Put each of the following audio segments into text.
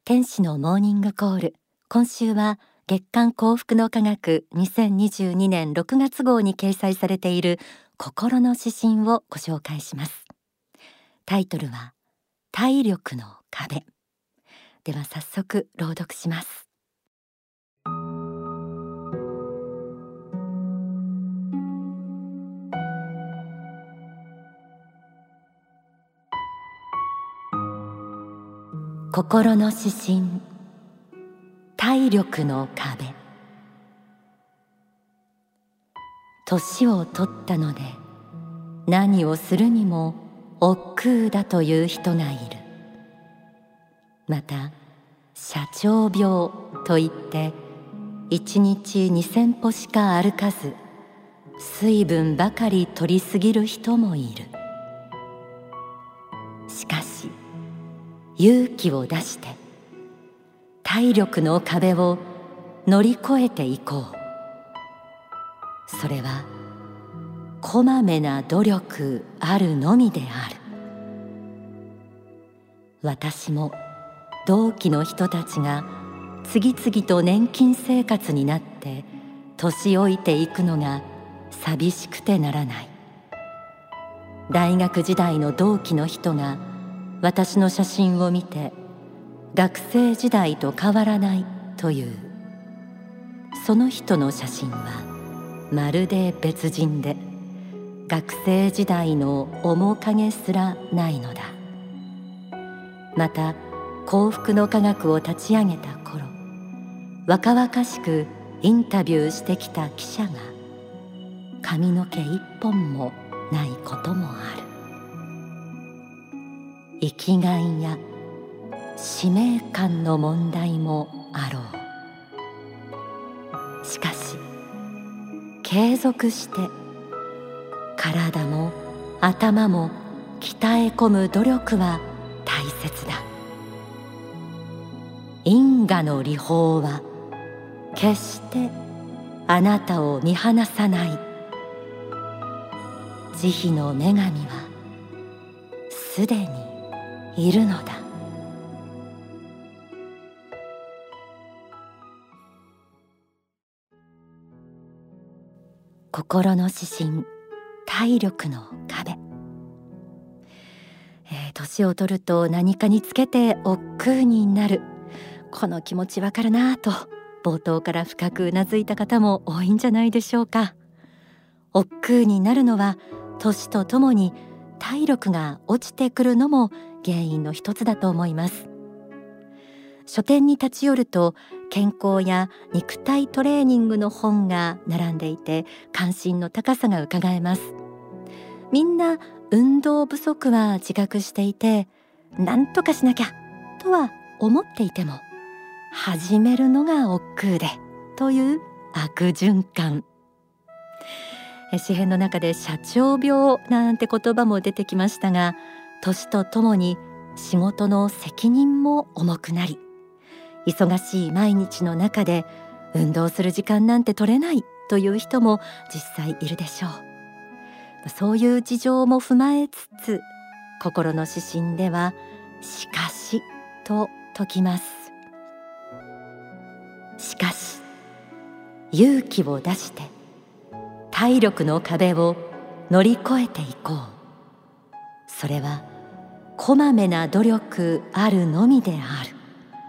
天使のモーニングコール。今週は月刊幸福の科学2022年6月号に掲載されている心の指針をご紹介します。タイトルは体力の壁。では早速朗読します。心の指針、体力の壁。年を取ったので何をするにも億劫だという人がいる。また社長病といって1日2000歩しか歩かず水分ばかり摂りすぎる人もいる。しかし勇気を出して体力の壁を乗り越えていこう。それはこまめな努力あるのみである。私も同期の人たちが次々と年金生活になって年老いていくのが寂しくてならない。大学時代の同期の人が私の写真を見て学生時代と変わらないという。その人の写真はまるで別人で学生時代の面影すらないのだ。また幸福の科学を立ち上げた頃、若々しくインタビューしてきた記者が髪の毛一本もないこともある。生きがいや使命感の問題もあろう。しかし継続して体も頭も鍛え込む努力は大切だ。因果の理法は決してあなたを見放さない。慈悲の女神はすでにいるのだ。心の指針、体力の壁。年を取ると何かにつけて億劫になる。この気持ちわかるなぁと冒頭から深くうなずいた方も多いんじゃないでしょうか。億劫になるのは年とともに体力が落ちてくるのも原因の一つだと思います。書店に立ち寄ると健康や肉体トレーニングの本が並んでいて関心の高さがうかがえます。みんな運動不足は自覚していて何とかしなきゃとは思っていても始めるのが億劫でという悪循環。詩編の中で社長病なんて言葉も出てきましたが、年とともに仕事の責任も重くなり忙しい毎日の中で運動する時間なんて取れないという人も実際いるでしょう。そういう事情も踏まえつつ、心の指針ではしかしと説きます。しかし勇気を出して体力の壁を乗り越えていこう。それはこまめな努力あるのみである。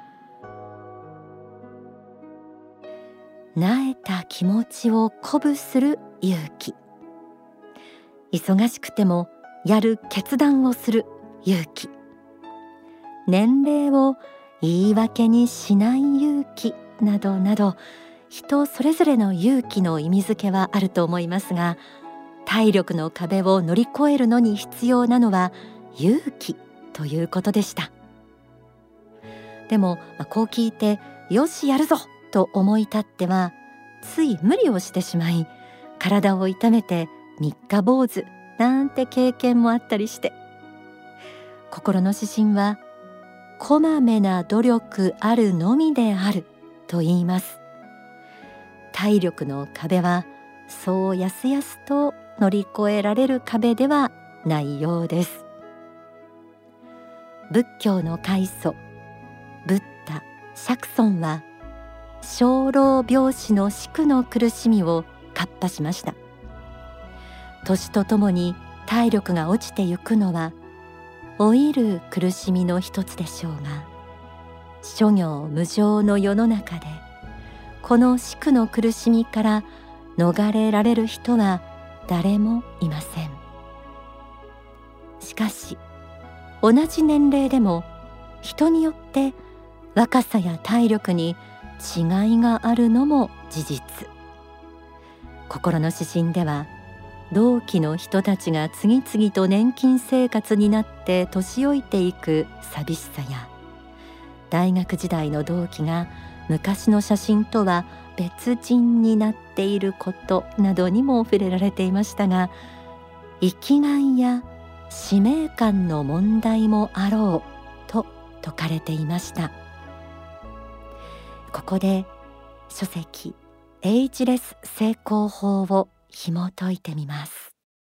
萎えた気持ちを鼓舞する勇気。忙しくてもやる決断をする勇気。年齢を言い訳にしない勇気などなど、人それぞれの勇気の意味付けはあると思いますが、体力の壁を乗り越えるのに必要なのは勇気ということでした。でもこう聞いてよしやるぞと思い立ってはつい無理をしてしまい体を痛めて三日坊主なんて経験もあったりして、心の指針はこまめな努力あるのみであると言います。体力の壁はそうやすやすと乗り越えられる壁ではないようです。仏教の開祖ブッた釈尊は生老病死の死苦の苦しみを喝破しました。年とともに体力が落ちてゆくのは老いる苦しみの一つでしょうが、諸行無常の世の中でこの死苦の苦しみから逃れられる人は誰もいません。しかし同じ年齢でも人によって若さや体力に違いがあるのも事実。心の指針では、同期の人たちが次々と年金生活になって年老いていく寂しさや、大学時代の同期が昔の写真とは別人になっていることなどにも触れられていましたが、生きがいや使命感の問題もあろうと説かれていました。ここで書籍エイジレス成功法を紐解いてみます。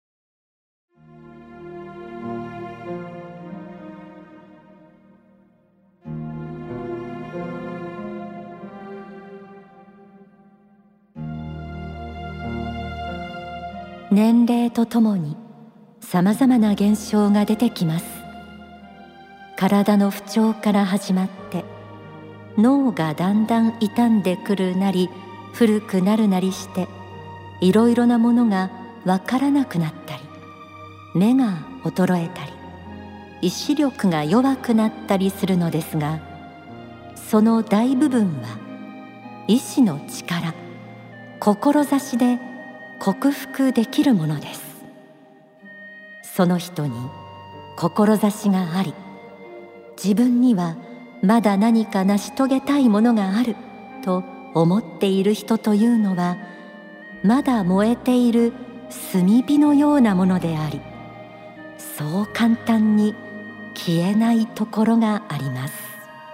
年齢とともにさまざまな現象が出てきます。体の不調から始まって、脳がだんだん傷んでくるなり古くなるなりして、いろいろなものがわからなくなったり、目が衰えたり、意志力が弱くなったりするのですが、その大部分は意志の力、志で克服できるものです。その人に志があり、自分にはまだ何か成し遂げたいものがあると思っている人というのは、まだ燃えている炭火のようなものであり、そう簡単に消えないところがあります。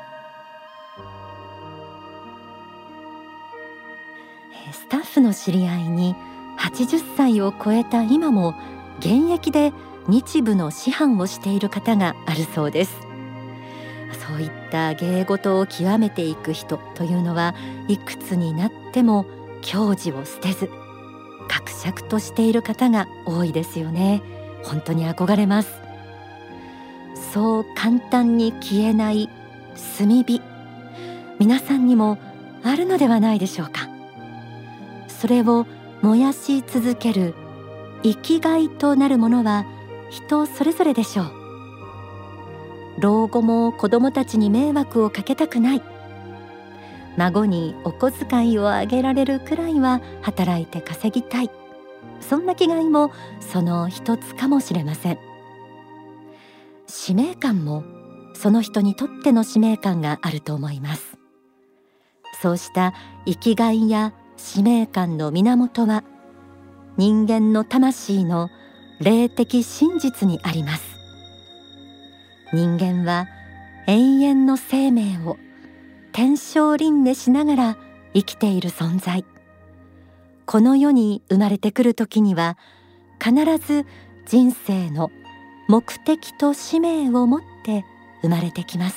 スタッフの知り合いに80歳を超えた今も現役で日舞の師範をしている方があるそうです。そういった芸事を極めていく人というのは、いくつになっても矜持を捨てず、格尺としている方が多いですよね。本当に憧れます。そう簡単に消えない炭火、皆さんにもあるのではないでしょうか。それを燃やし続ける生きがいとなるものは人それぞれでしょう。老後も子どもたちに迷惑をかけたくない、孫にお小遣いをあげられるくらいは働いて稼ぎたい、そんな気概もその一つかもしれません。使命感もその人にとっての使命感があると思います。そうした生きがいや使命感の源は、人間の魂の霊的真実にあります。人間は永遠の生命を天正輪廻しながら生きている存在。この世に生まれてくる時には、必ず人生の目的と使命を持って生まれてきます。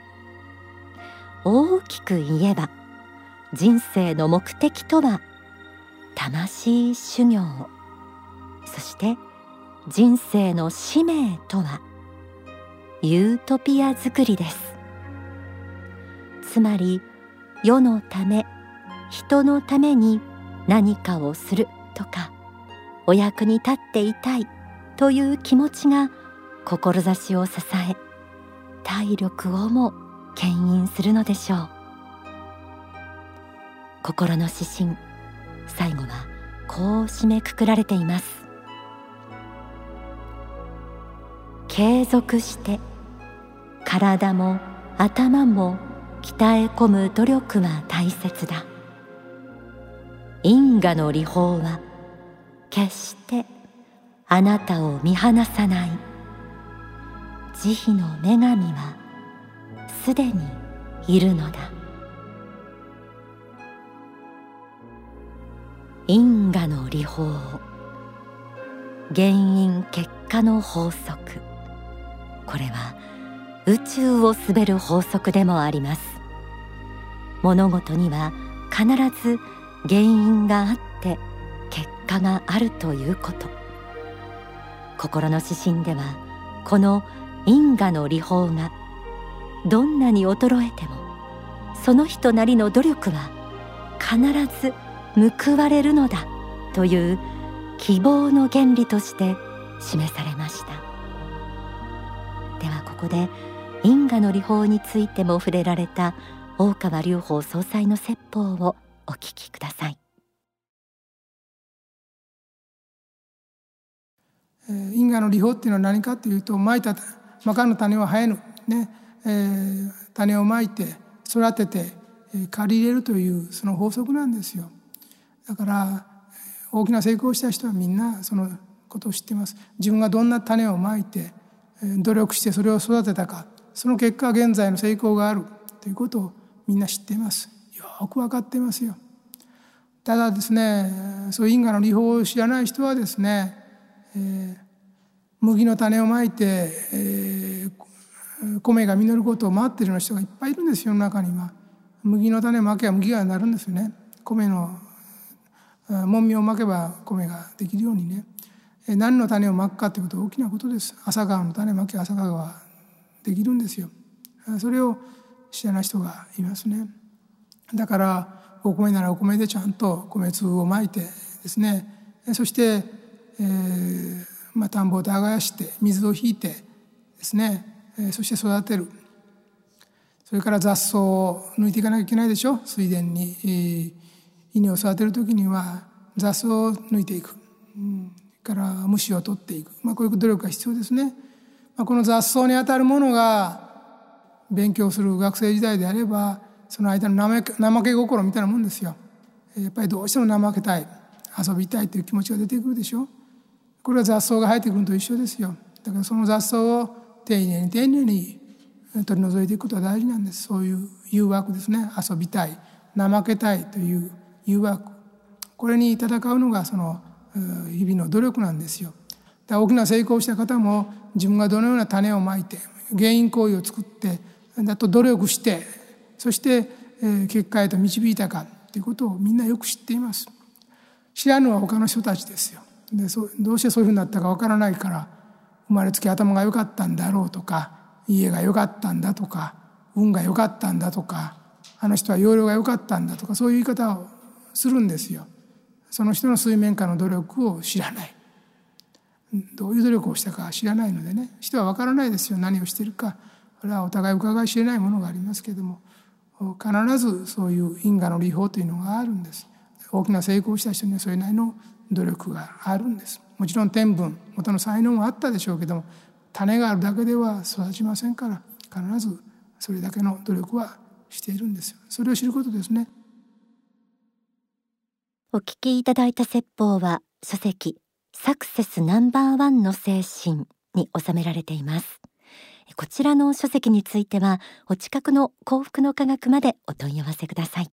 大きく言えば、人生の目的とは魂修行、そして人生の使命とはユートピア作りです。つまり、世のため、人のために何かをするとか、お役に立っていたいという気持ちが志を支え、体力をも牽引するのでしょう。心の指針、最後はこう締めくくられています。継続して体も頭も鍛え込む努力は大切だ。因果の理法は決してあなたを見放さない。慈悲の女神はすでにいるのだ。因果の理法、原因結果の法則、これは宇宙を統べる法則でもあります。 物事には必ず原因があって結果があるということ。心の指針ではこの因果の理法がどんなに衰えてもその人なりの努力は必ず報われるのだという希望の原理として示されました。ではここで因果の理法についても触れられた大川隆法総裁の説法をお聞きください。 因果の理法っていうのは何かというと、まかぬ種は生えぬ、種をまいて育てて刈り入れるというその法則なんですよ。だから大きな成功した人はみんなそのことを知っています。自分がどんな種をまいて努力してそれを育てたか、その結果現在の成功があるということをみんな知っています。よく分かっていますよ。ただですね、そういう因果の理法を知らない人はですね、麦の種をまいて、米が実ることを待っているような人がいっぱいいるんですよ。世の中には麦の種をまけば麦がなるんですよね。米の籾をまけば米ができるようにね、何の種をまくかということは大きなことです。朝顔の種をまけば朝顔はできるんですよ。それを知らない人がいますね。だからお米ならお米でちゃんと米粒をまいてですね、そして、田んぼを耕して水を引いてですね、そして育てる。それから雑草を抜いていかなきゃいけないでしょ。水田に、稲を育てる時には雑草を抜いていく、から虫を取っていく、こういう努力が必要ですね。この雑草にあたるものが勉強する学生時代であれば、その間の怠け心みたいなもんですよ。やっぱりどうしても怠けたい、遊びたいという気持ちが出てくるでしょ。これは雑草が生えてくるのと一緒ですよ。だからその雑草を丁寧に丁寧に取り除いていくことは大事なんです。そういう誘惑ですね。遊びたい、怠けたいという誘惑、これに戦うのがその日々の努力なんですよ。だから大きな成功した方も自分がどのような種をまいて原因行為を作ってだと努力して、そして結果へと導いたかということをみんなよく知っています。知らぬは他の人たちですよ。でどうしてそういうふうになったかわからないから、生まれつき頭が良かったんだろうとか、家が良かったんだとか、運が良かったんだとか、あの人は要領が良かったんだとか、そういう言い方をするんですよ。その人の水面下の努力を知らない、どういう努力をしたか知らないのでね、人は分からないですよ。何をしているか、これはお互い伺い知れないものがありますけれども、必ずそういう因果の理法というのがあるんです。大きな成功した人にはそれなりの努力があるんです。もちろん天分、元の才能もあったでしょうけども、種があるだけでは育ちませんから、必ずそれだけの努力はしているんですよ。それを知ることですね。 お聞きいただいた説法は書籍サクセスNo.1の精神に収められています。こちらの書籍についてはお近くの幸福の科学までお問い合わせください。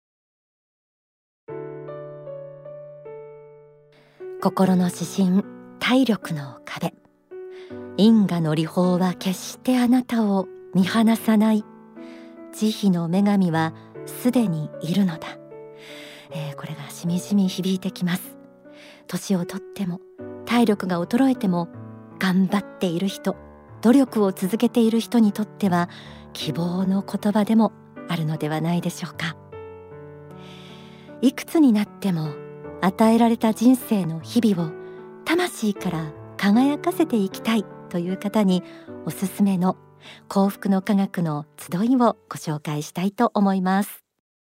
心の指針、体力の壁。因果の理法は決してあなたを見放さない。慈悲の女神はすでにいるのだ。これがしみじみ響いてきます。年をとっても体力が衰えても頑張っている人、努力を続けている人にとっては希望の言葉でもあるのではないでしょうか。いくつになっても与えられた人生の日々を魂から輝かせていきたいという方におすすめの幸福の科学の集いをご紹介したいと思います。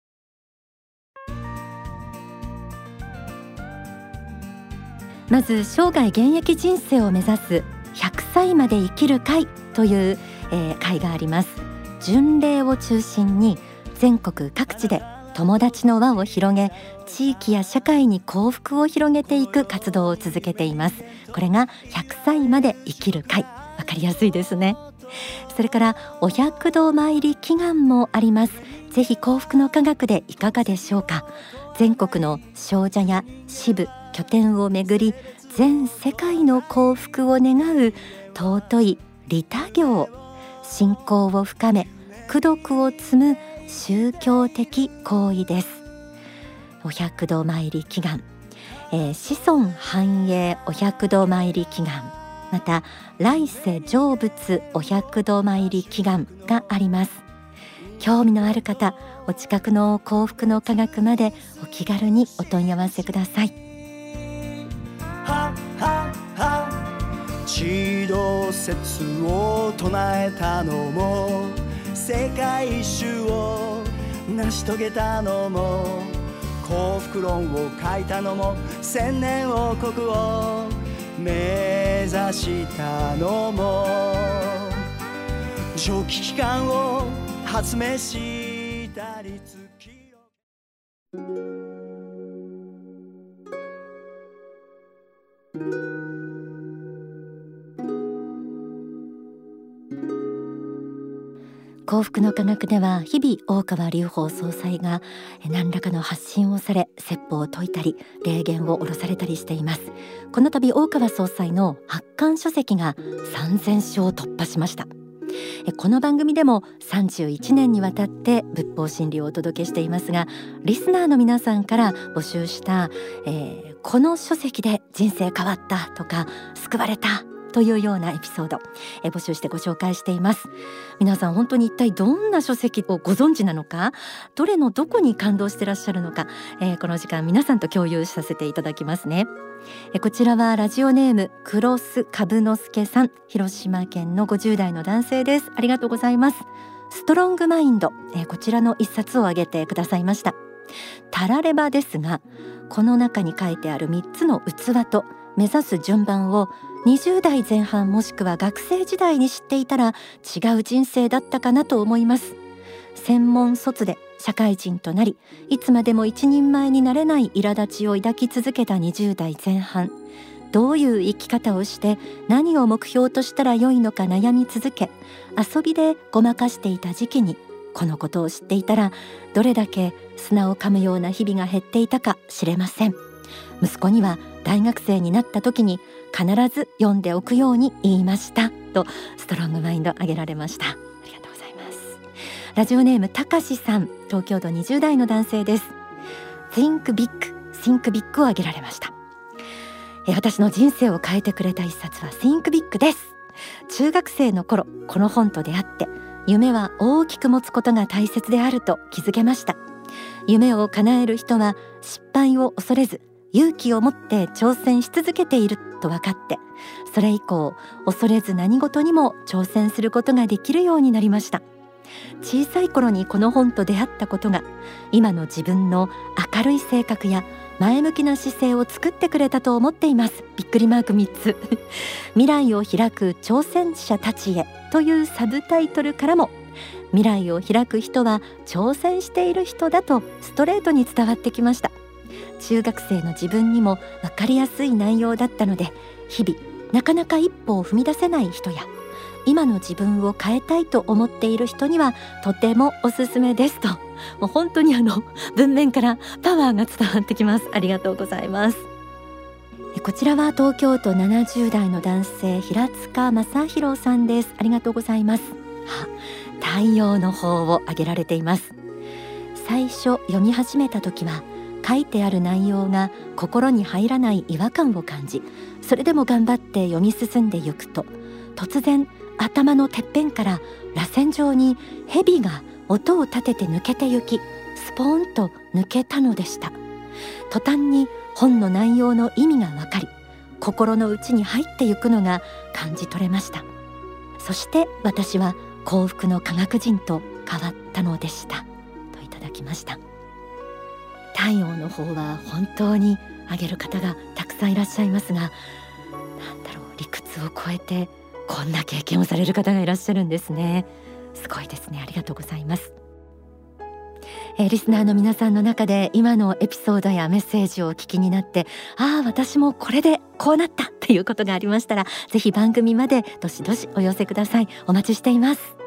まず生涯現役人生を目指す100歳まで生きる会という、会があります。巡礼を中心に全国各地で友達の輪を広げ、地域や社会に幸福を広げていく活動を続けています。これが100歳まで生きる会、わかりやすいですね。それからお百度参り祈願もあります。ぜひ幸福の科学でいかがでしょうか。全国の精舎や支部拠点をめぐり、全世界の幸福を願う尊い利他行、信仰を深め功徳を積む宗教的行為です。お百度参り祈願、子孫繁栄お百度参り祈願、また来世成仏お百度参り祈願があります。興味のある方、お近くの幸福の科学までお気軽にお問い合わせください。 地動説を唱えたのも、世界一周を成し遂げたのも、幸福論を書いたのも、千年王国を目指したのも、蒸気機関を発明したり幸福の科学では日々大川隆法総裁が何らかの発信をされ、説法を説いたり霊言を下ろされたりしています。この度大川総裁の発刊書籍が3000書を突破しました。この番組でも31年にわたって仏法真理をお届けしていますが、リスナーの皆さんから募集した、この書籍で人生変わったとか救われたというようなエピソード、募集してご紹介しています。皆さん本当に一体どんな書籍をご存知なのか、どれのどこに感動してらっしゃるのか、この時間皆さんと共有させていただきますね。こちらはラジオネームクロス株之助さん、広島県の50代の男性です。ありがとうございます。ストロングマインド、こちらの一冊を挙げてくださいました。たらればですが、この中に書いてある3つの器と目指す順番を20代前半もしくは学生時代に知っていたら違う人生だったかなと思います。専門卒で社会人となり、いつまでも一人前になれない苛立ちを抱き続けた20代前半、どういう生き方をして何を目標としたら良いのか悩み続け、遊びでごまかしていた時期にこのことを知っていたら、どれだけ砂を噛むような日々が減っていたか知れません。息子には大学生になった時に必ず読んでおくように言いましたと、ストロングマインド挙げられました。ありがとうございます。ラジオネームたかしさん、東京都20代の男性です。 Think Big Think Big を挙げられました。私の人生を変えてくれた一冊は Think Big です。中学生の頃、この本と出会って夢は大きく持つことが大切であると気づけました。夢を叶える人は失敗を恐れず勇気を持って挑戦し続けていると分かって、それ以降恐れず何事にも挑戦することができるようになりました。小さい頃にこの本と出会ったことが今の自分の明るい性格や前向きな姿勢を作ってくれたと思っています。びっくりマーク3つ未来を開く挑戦者たちへというサブタイトルからも、未来を開く人は挑戦している人だとストレートに伝わってきました。中学生の自分にも分かりやすい内容だったので、日々なかなか一歩を踏み出せない人や今の自分を変えたいと思っている人にはとてもおすすめですと、もう本当に文面からパワーが伝わってきます。ありがとうございます。こちらは東京都70代の男性、平塚正弘さんです。ありがとうございます。太陽の方を挙げられています。最初読み始めた時は書いてある内容が心に入らない違和感を感じ、それでも頑張って読み進んでゆくと、突然頭のてっぺんから螺旋状に蛇が音を立てて抜けてゆき、スポーンと抜けたのでした。途端に本の内容の意味が分かり、心の内に入ってゆくのが感じ取れました。そして私は幸福の科学人と変わったのでしたといただきました。太陽の方は本当にあげる方がたくさんいらっしゃいますが、理屈を超えてこんな経験をされる方がいらっしゃるんですね。すごいですね。ありがとうございます。リスナーの皆さんの中で今のエピソードやメッセージをお聞きになって、私もこれでこうなったっていうことがありましたら、ぜひ番組までどしどしお寄せください。お待ちしています。